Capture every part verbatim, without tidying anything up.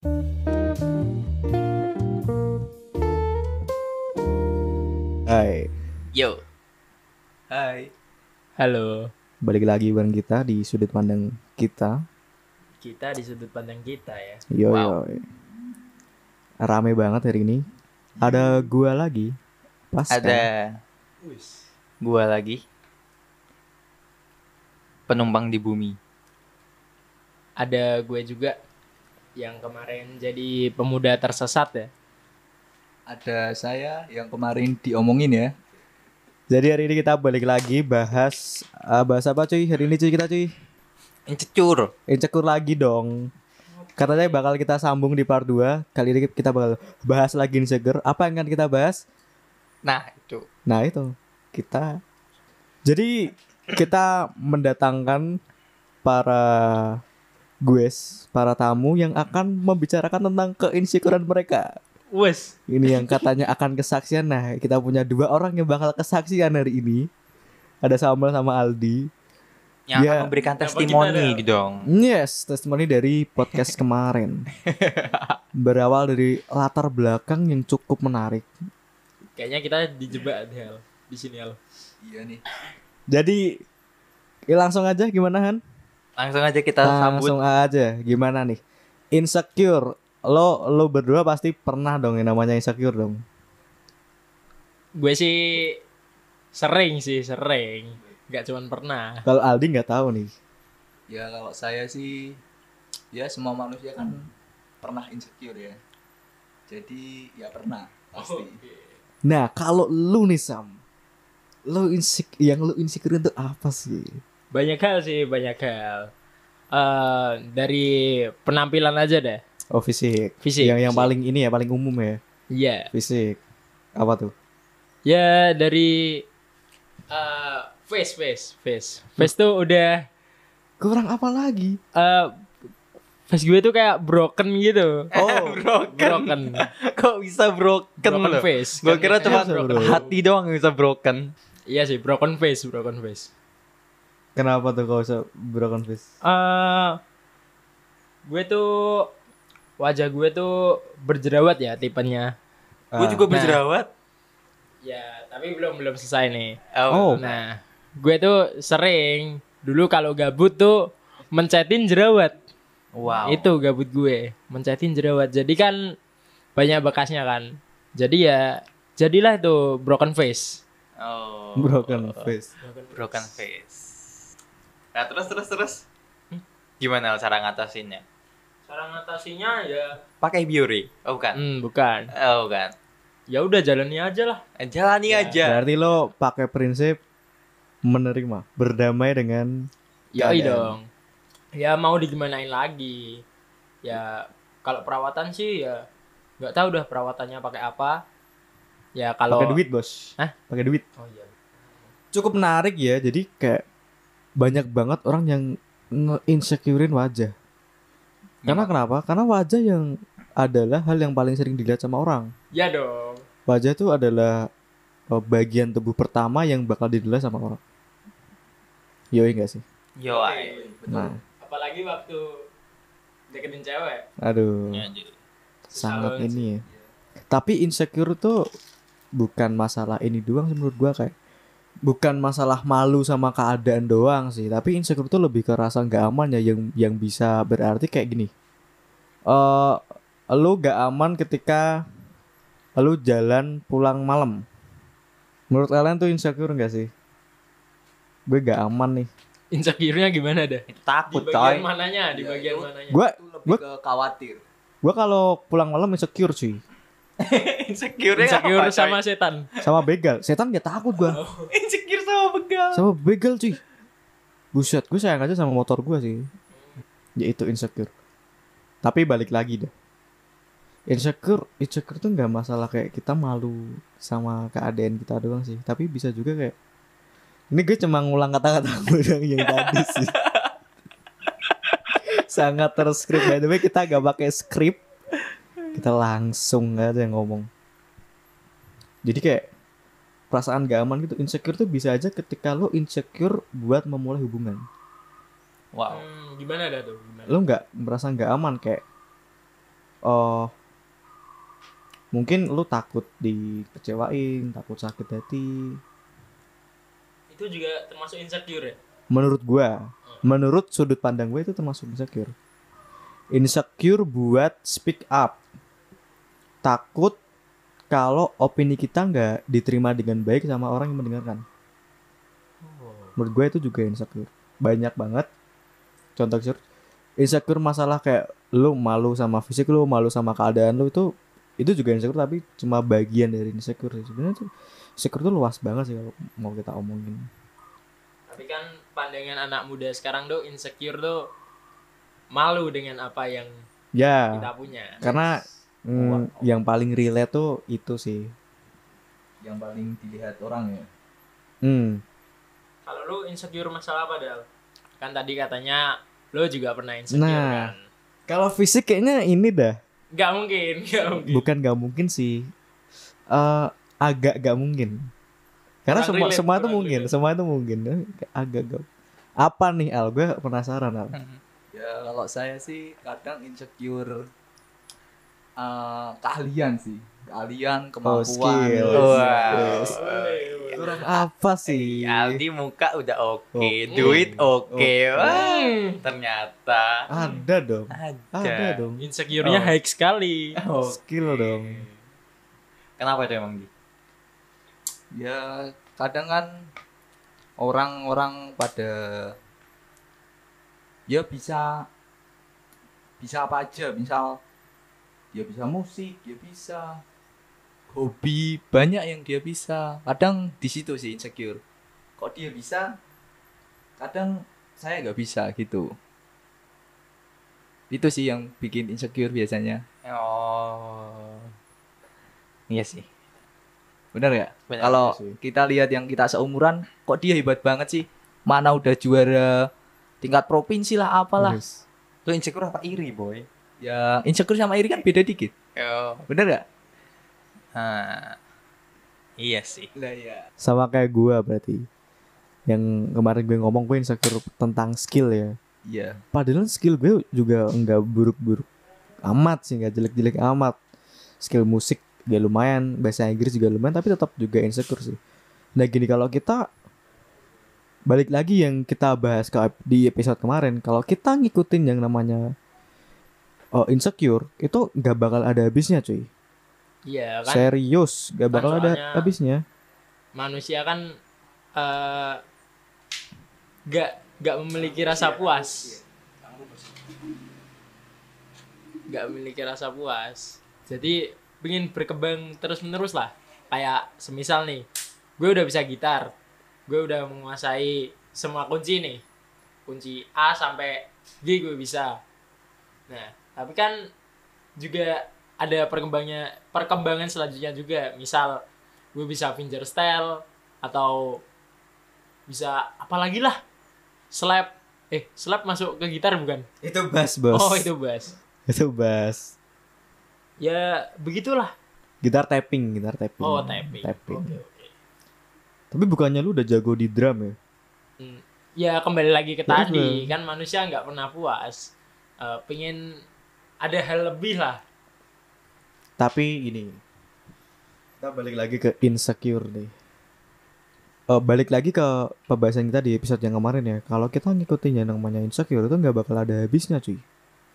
Hai, Yo. Hai. Halo, balik lagi bareng kita di sudut pandang kita. kita di sudut pandang kita ya. Yo Wow. yo. Rame banget hari ini. Ada gua lagi. Pas Ada gua lagi. Penumpang di bumi. Ada gue juga yang kemarin jadi pemuda tersesat ya. Ada saya yang kemarin diomongin ya. Jadi hari ini kita balik lagi bahas uh, bahas apa cuy? Hari ini cuy kita cuy. Insecure. Insecure lagi dong. Katanya bakal kita sambung di part dua. Kali ini kita bakal bahas lagi insecure. Apa yang akan kita bahas? Nah, itu. Nah itu kita. Jadi kita mendatangkan para guys, para tamu yang akan membicarakan tentang keinsecurean mereka. Wes, Ini yang katanya akan kesaksian. Nah, kita punya dua orang yang bakal kesaksian hari ini. Ada Samuel sama Aldi. Yang Ya. akan memberikan Kenapa testimoni kita ada? gitu dong. Yes, testimoni dari podcast kemarin. Berawal dari latar belakang yang cukup menarik. kayaknya kita dijebak di hal di sini hal. Iya nih. Jadi ya langsung aja gimana Han? Langsung aja kita sambut. Langsung aja gimana nih? Insecure. Lo lo berdua pasti pernah dong yang namanya insecure dong. Gue sih sering sih sering, nggak cuman pernah. Kalau Aldi nggak tahu nih. Ya kalau saya sih, ya semua manusia kan pernah insecure ya. Jadi ya pernah pasti. Nah, kalau lu nih Sam, lo insecure, yang lu insecure itu apa sih? Banyak hal sih banyak hal. Eh dari penampilan aja deh. Oh fisik. Fisik, Yang yang fisik. paling ini ya paling umum ya. Iya. Fisik. Apa tuh? Ya dari eh face face face face tuh udah Kurang apa lagi? eh face gue tuh kayak broken gitu. Oh, broken. Broken. Kok bisa broken, Broken loh? face. Gua kira Kan cuma bisa, bro. hati doang yang bisa broken. Iya sih, broken face, broken face. kenapa tuh kau bisa broken face? Eh gue tuh wajah gue tuh berjerawat ya tipenya. Gua Ah. juga Nah. berjerawat. Ya, tapi belum belum selesai nih. Oh. Nah, gue tuh sering dulu kalau gabut tuh mencetin jerawat. Wow. Itu gabut gue, mencetin jerawat. Jadi kan banyak bekasnya kan. Jadi ya jadilah tuh broken face. Oh. Broken face. Broken face. Nah, terus terus terus. Gimana cara ngatasinnya? Cara ngatasinya ya Pakai biore? Oh, bukan. hmm, bukan. Oh, bukan. Ya udah jalani aja lah. Eh, Jalani Ya. aja. Berarti lo pakai prinsip menerima, berdamai dengan Yoi keadaan. dong. Ya mau digimanain lagi. Ya kalau perawatan sih ya nggak tahu dah perawatannya pakai apa. Ya kalau Pakai duit, Bos. Hah? Pakai duit. Oh iya. Cukup menarik ya. Jadi kayak banyak banget orang yang nge-insecurein wajah. Karena kenapa? Karena wajah yang adalah hal yang paling sering dilihat sama orang. Ya dong. Wajah itu adalah uh, bagian tubuh pertama yang bakal dilihat sama orang. Yoi enggak sih? Yo, ay. Nah, Apalagi waktu deketin cewek. aduh, Ya, jadi. sangat banget ini ya. Tapi insecure tuh bukan masalah ini doang sih menurut gua, kayak bukan masalah malu sama keadaan doang sih, tapi insecure tuh lebih ke rasa nggak aman ya, yang yang bisa berarti kayak gini. Eh, lu nggak aman ketika lu jalan pulang malam. Menurut kalian tuh insecure nggak sih? Gue nggak aman nih. Insecure-nya gimana dah? Di Takut, bagian coy. mananya? Di Ya, bagian itu- mananya? Gue Itu lebih Gua- ke khawatir. gue kalau pulang malam insecure cuy, Insecure-nya Insecure apa, coy? sama setan. sama begal. Setan nggak takut gua. Insecure sama begal. Sama begal cuy. Buset, gue sayang aja sama motor gue sih. Ya itu insecure. Tapi balik lagi dah. Insecure, insecure tuh nggak masalah kayak kita malu sama keadaan kita doang sih. Tapi bisa juga kayak, ini gue cuma ngulang kata-kata gue yang, yang tadi sih. Sangat terskrip. By the way, kita gak pakai skrip. Kita langsung aja ngomong. Jadi kayak perasaan gak aman gitu. Insecure tuh bisa aja ketika lo insecure buat memulai hubungan. Wow. Hmm, gimana dah tuh? Gimana? Lo nggak merasa nggak aman kayak oh mungkin lu takut dikecewain, takut sakit hati. Itu juga termasuk insecure ya? Menurut gua, menurut sudut pandang gue itu termasuk insecure. Insecure buat speak up. Takut kalau opini kita nggak diterima dengan baik sama orang yang mendengarkan. Menurut gue itu juga insecure. Banyak banget. Contoh insecure, insecure masalah kayak lu malu sama fisik lu, malu sama keadaan lu, itu itu juga insecure, tapi cuma bagian dari insecure sih. Sebenarnya tuh insecure tuh luas banget sih kalau mau kita omongin. Tapi kan pandangan anak muda sekarang tuh insecure tuh malu dengan apa yang Ya, kita punya. karena mm, yang paling relate tuh itu sih. Yang paling dilihat orang ya. Hmm. Kalau lu insecure masalah apa, Dal? Kan tadi katanya lu juga pernah insecure Nah. kan? Kalau fisik kayaknya ini dah. Gak mungkin, gak mungkin. Bukan gak mungkin sih. Eh agak gak mungkin. Karena Kurang semua relate, semua itu kurang mungkin, relate. semua itu mungkin. Agak gak. Apa nih Al? Gue penasaran Al. Ya kalau saya sih kadang insecure eh, keahlian sih. Keahlian, kemampuan. skill. Wow. Yes. Kurang apa sih? Aldi muka udah oke, Oke. duit oke. Oke. Wah, Hmm. ternyata Ada dong. ada. Ada dong. Insecure-nya Oh. high sekali. Skill dong. Kenapa itu emang Di? Ya kadang kan orang-orang pada ya bisa bisa apa aja, misal dia bisa musik, dia bisa hobi, banyak yang dia bisa. Kadang di situ sih insecure. Kok dia bisa, kadang saya nggak bisa gitu. Itu sih yang bikin insecure biasanya. Oh. Iya sih. Benar ya? Benar Kalau sih. kita lihat yang kita seumuran, kok dia hebat banget sih? Mana udah juara tingkat provinsi lah, apalah. Yes. Lu insecure apa iri, boy? Ya insecure sama iri kan beda dikit. Oh. Bener gak? Ah. Iya sih. Lah ya. Sama kayak gua berarti. Yang kemarin gue ngomong gue insecure tentang skill ya. Iya. Padahal skill gue juga enggak buruk-buruk amat sih, enggak jelek-jelek amat. Skill musik juga lumayan, bahasa Inggris juga lumayan, tapi tetap juga insecure sih. Nah gini, kalau kita balik lagi yang kita bahas ke di episode kemarin, kalau kita ngikutin yang namanya oh, insecure, itu nggak bakal ada habisnya cuy. Iya kan? Serius, nggak Kan bakal ada soalnya- habisnya. Manusia kan eh gak gak memiliki rasa puas. Gak memiliki rasa puas. Jadi pengen berkembang terus menerus lah. Kayak semisal nih, gue udah bisa gitar, gue udah menguasai semua kunci nih, kunci A sampai G gue bisa. Nah, tapi kan juga ada perkembangannya, perkembangan selanjutnya juga. Misal gue bisa fingerstyle atau bisa apalagi lah, slap. Eh, slap masuk ke gitar bukan? Itu bass bos. Oh, itu bass. Itu bass. Ya begitulah. Gitar tapping, gitar tapping. Oh, tapping. Tapping. Oke, oke. Tapi bukannya lu udah jago di drum ya? Hmm. Ya kembali lagi ke Ya, tadi, bener. kan manusia nggak pernah puas. Eh, pengen ada hal lebih lah. Tapi ini kita balik lagi ke insecure nih. Eh, balik lagi ke pembahasan kita di episode yang kemarin ya. Kalau kita ngikutin yang namanya insecure itu nggak bakal ada habisnya cuy.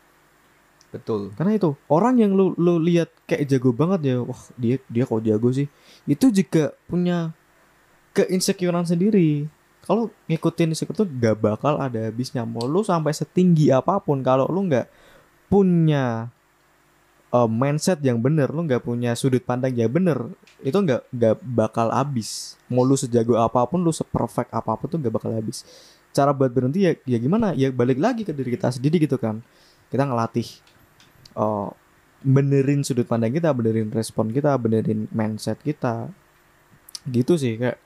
Betul. Karena itu orang yang lu lu lihat kayak jago banget ya, wah dia dia kok jago sih. Itu juga punya keinsecurean sendiri. Kalau ngikutin insecure tuh gak bakal ada habisnya. Mau lu sampai setinggi apapun, kalau lu nggak punya uh, mindset yang bener, lu nggak punya sudut pandang yang bener, itu nggak nggak bakal habis. Mau lu sejago apapun, lu seperfect apapun tuh nggak bakal habis. Cara buat berhenti ya, ya gimana? Ya balik lagi ke diri kita sendiri gitu kan. Kita ngelatih uh, benerin sudut pandang kita, benerin respon kita, benerin mindset kita. Gitu sih, kayak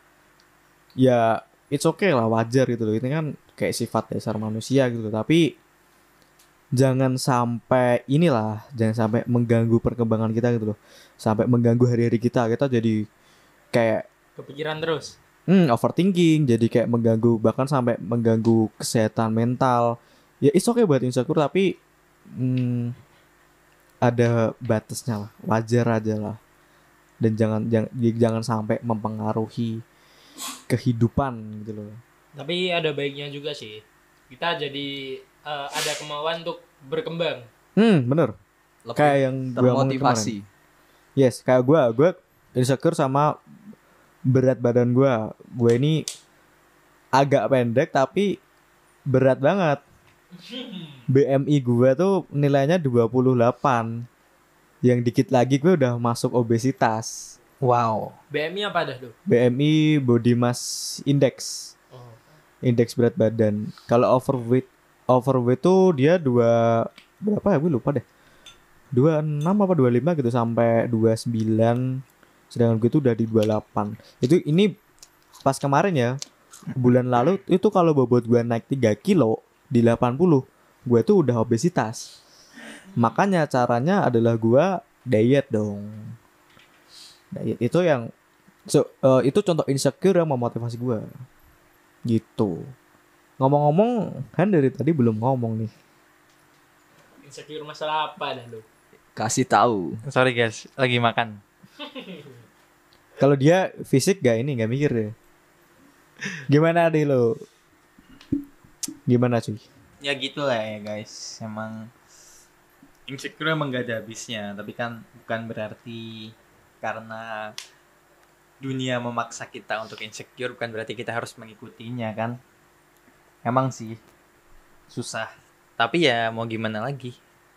ya it's okay lah, wajar gitu loh. Ini kan kayak sifat dasar manusia gitu loh. Tapi jangan sampai inilah, jangan sampai mengganggu perkembangan kita gitu loh. Sampai mengganggu hari-hari kita. Kita jadi kayak Kepikiran terus. hmm, overthinking, jadi kayak mengganggu, bahkan sampai mengganggu kesehatan mental. Ya it's okay buat insecure, tapi hmm, ada batasnya lah, wajar aja lah. Dan jangan jangan jangan sampai mempengaruhi kehidupan gitu loh. Tapi ada baiknya juga sih. Kita jadi eh, ada kemauan untuk berkembang. Hmm, bener. Lebih Kayak yang gue omongin termotivasi. kemarin. Yes, kayak gue, gue insecure sama berat badan gue. Gue ini agak pendek tapi berat banget. B M I gue tuh nilainya dua puluh delapan. Yang dikit lagi gue udah masuk obesitas. Wow. B M I apa dah tuh? B M I body mass index. Oh. Indeks berat badan. Kalau overweight, overweight tuh dia dua berapa ya? Gue lupa deh. dua puluh enam apa dua puluh lima gitu sampai dua puluh sembilan. Sedangkan gue tuh udah di dua puluh delapan. Itu ini pas kemarin ya. Bulan lalu itu kalau bobot gue naik tiga kilo di delapan puluh, gue tuh udah obesitas. Makanya caranya adalah gue diet dong. Diet itu yang so, uh, itu contoh insecure yang memotivasi gue. Gitu. Ngomong-ngomong, kan dari tadi belum ngomong nih. Insecure masalah apa dah lu? Kasih tahu. Sorry guys, lagi makan. Kalau dia fisik gak ini gak mikir deh. Gimana deh lo? Gimana cuy? Ya gitu lah ya guys. Emang insecure emang gak ada habisnya. Tapi kan bukan berarti karena dunia memaksa kita untuk insecure, bukan berarti kita harus mengikutinya kan. Emang sih susah. Tapi ya mau gimana lagi.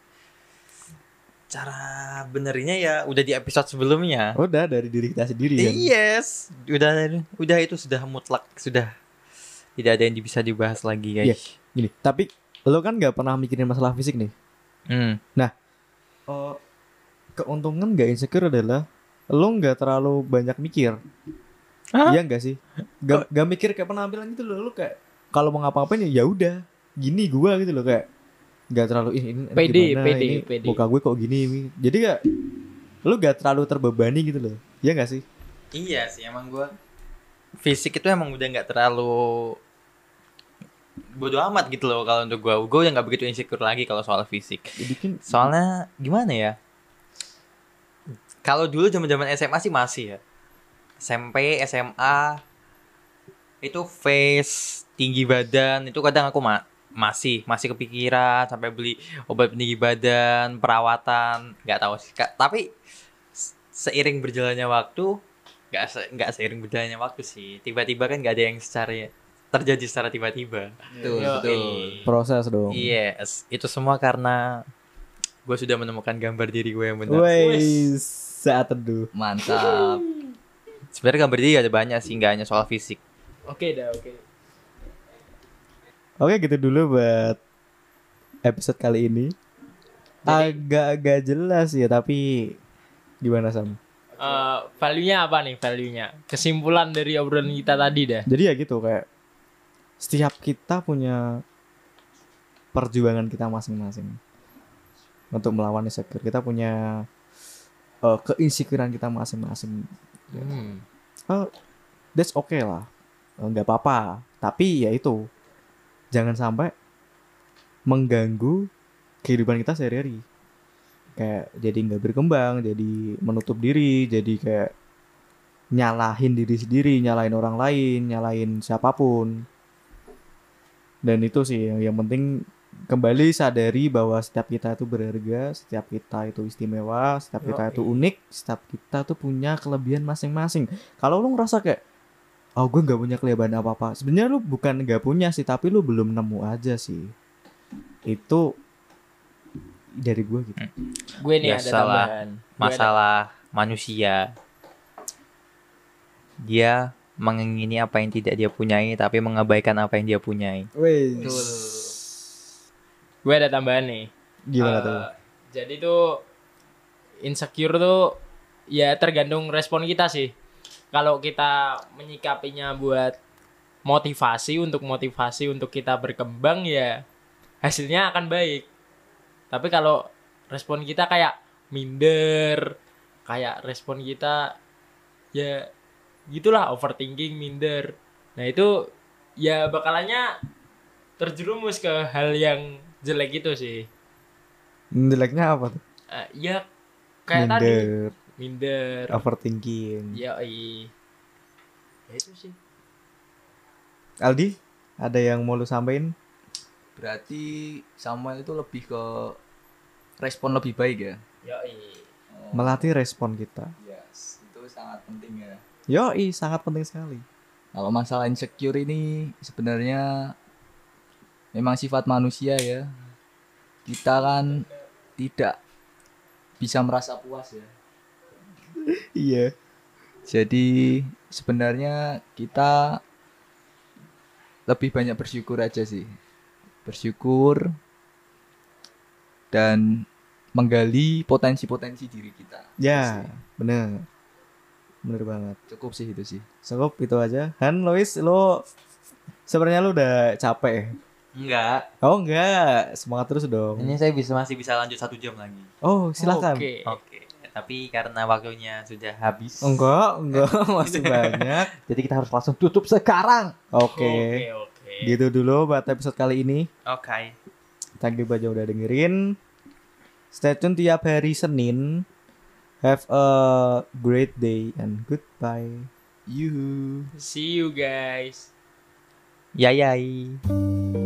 Cara benerinya ya udah di episode sebelumnya. Udah dari diri kita sendiri kan. Yes, udah udah itu sudah mutlak, sudah tidak ada yang bisa dibahas lagi guys. Iya. Gini, tapi lo kan gak pernah mikirin masalah fisik nih. Hmm. Oh, keuntungan gak insecure adalah lo gak terlalu banyak mikir. Hah? Iya gak sih? Gak, gak mikir kayak penampilan gitu loh. Lo kayak kalau mau ngapa-ngapain ya udah gini gua gitu loh, kayak gak terlalu ini, ini Pede, gimana, pede, ini pede. muka gue kok gini, ini. Jadi gak lo gak terlalu terbebani gitu loh. Iya gak sih? Iya sih, emang gue fisik itu emang udah nggak terlalu bodo amat gitu loh kalau untuk gue. Gue udah nggak begitu insecure lagi kalau soal fisik. Jadi kan Soalnya gimana ya? Kalau dulu zaman-zaman S M A sih masih ya. S M P, S M A itu face, tinggi badan itu kadang aku ma- masih masih kepikiran sampai beli obat peninggi badan, perawatan, nggak tahu sih. Kak. Tapi se- seiring berjalannya waktu, nggak se- nggak seiring berjalannya waktu sih. Tiba-tiba kan nggak ada yang secara terjadi secara tiba-tiba. Betul, Yo, betul. eh. proses dong. Yes, itu semua karena gue sudah menemukan gambar diri gue yang benar. Wes, saat teduh. Mantap. Sebenarnya gambar diri ada banyak sih, nggak hanya soal fisik. Oke dah, oke. Oke, gitu dulu buat episode kali ini. Agak-agak jelas ya, tapi gimana Sam? Eh, value-nya apa nih value-nya? Kesimpulan dari obrolan kita tadi dah. Jadi ya gitu, kayak setiap kita punya perjuangan kita masing-masing untuk melawan insecure. Kita punya uh, keinsecurean kita masing-masing. Hmm. Oh, that's okay lah, nggak apa-apa. Tapi ya itu, jangan sampai mengganggu kehidupan kita sehari-hari. Kayak jadi nggak berkembang, jadi menutup diri, jadi kayak nyalahin diri sendiri, nyalahin orang lain, nyalahin siapapun. Dan itu sih yang, yang penting, kembali sadari bahwa setiap kita itu berharga, setiap kita itu istimewa, setiap kita itu unik, setiap kita tuh punya kelebihan masing-masing. Kalau lu ngerasa kayak, oh gue nggak punya kelebihan apa-apa, sebenarnya lu bukan nggak punya sih, tapi lu belum nemu aja sih. Itu dari gue gitu. Gue nih ada Biasalah, tambahan. Gue ada- Masalah manusia, dia mengingini apa yang tidak dia punyai, tapi mengabaikan apa yang dia punyai. Wes. Gue ada tambahan nih. Gimana Eh, tuh? Jadi tuh insecure tuh ya tergantung respon kita sih. Kalau kita menyikapinya buat motivasi, untuk motivasi untuk kita berkembang, ya hasilnya akan baik. Tapi kalau respon kita kayak minder, kayak respon kita ya gitulah, overthinking, minder. Nah itu ya bakalannya terjerumus ke hal yang jelek itu sih. Jeleknya apa tuh? Eh, ya kayak tadi Minder, minder. overthinking. Ya ya itu sih. Aldi, ada yang mau lu sampein? Berarti Samuel itu lebih ke respon lebih baik ya. Ya Oh, Melatih respon kita. yes, itu sangat penting ya. Yoi, sangat penting sekali. Kalau masalah insecure ini sebenarnya memang sifat manusia ya. Kita kan tidak bisa merasa puas ya. Iya. Jadi sebenarnya kita lebih banyak bersyukur aja sih. Bersyukur dan menggali potensi-potensi diri kita. Ya, Itu sih. bener. Bener banget. Cukup sih itu sih. Cukup itu aja. Han, Lois, lo sebenarnya lo udah capek ya? Enggak. Oh enggak, semangat terus dong. Ini saya bisa masih bisa lanjut satu jam lagi. Oh silakan. Oke. Oke. Tapi karena waktunya sudah habis. Enggak, enggak masih banyak. Jadi kita harus langsung tutup sekarang. Oke, Oke, oke. gitu dulu buat episode kali ini. Oke. Thank you banyak udah dengerin. Stay tune tiap hari Senin. Have a great day and goodbye. Yuhu. See you guys. Yayai.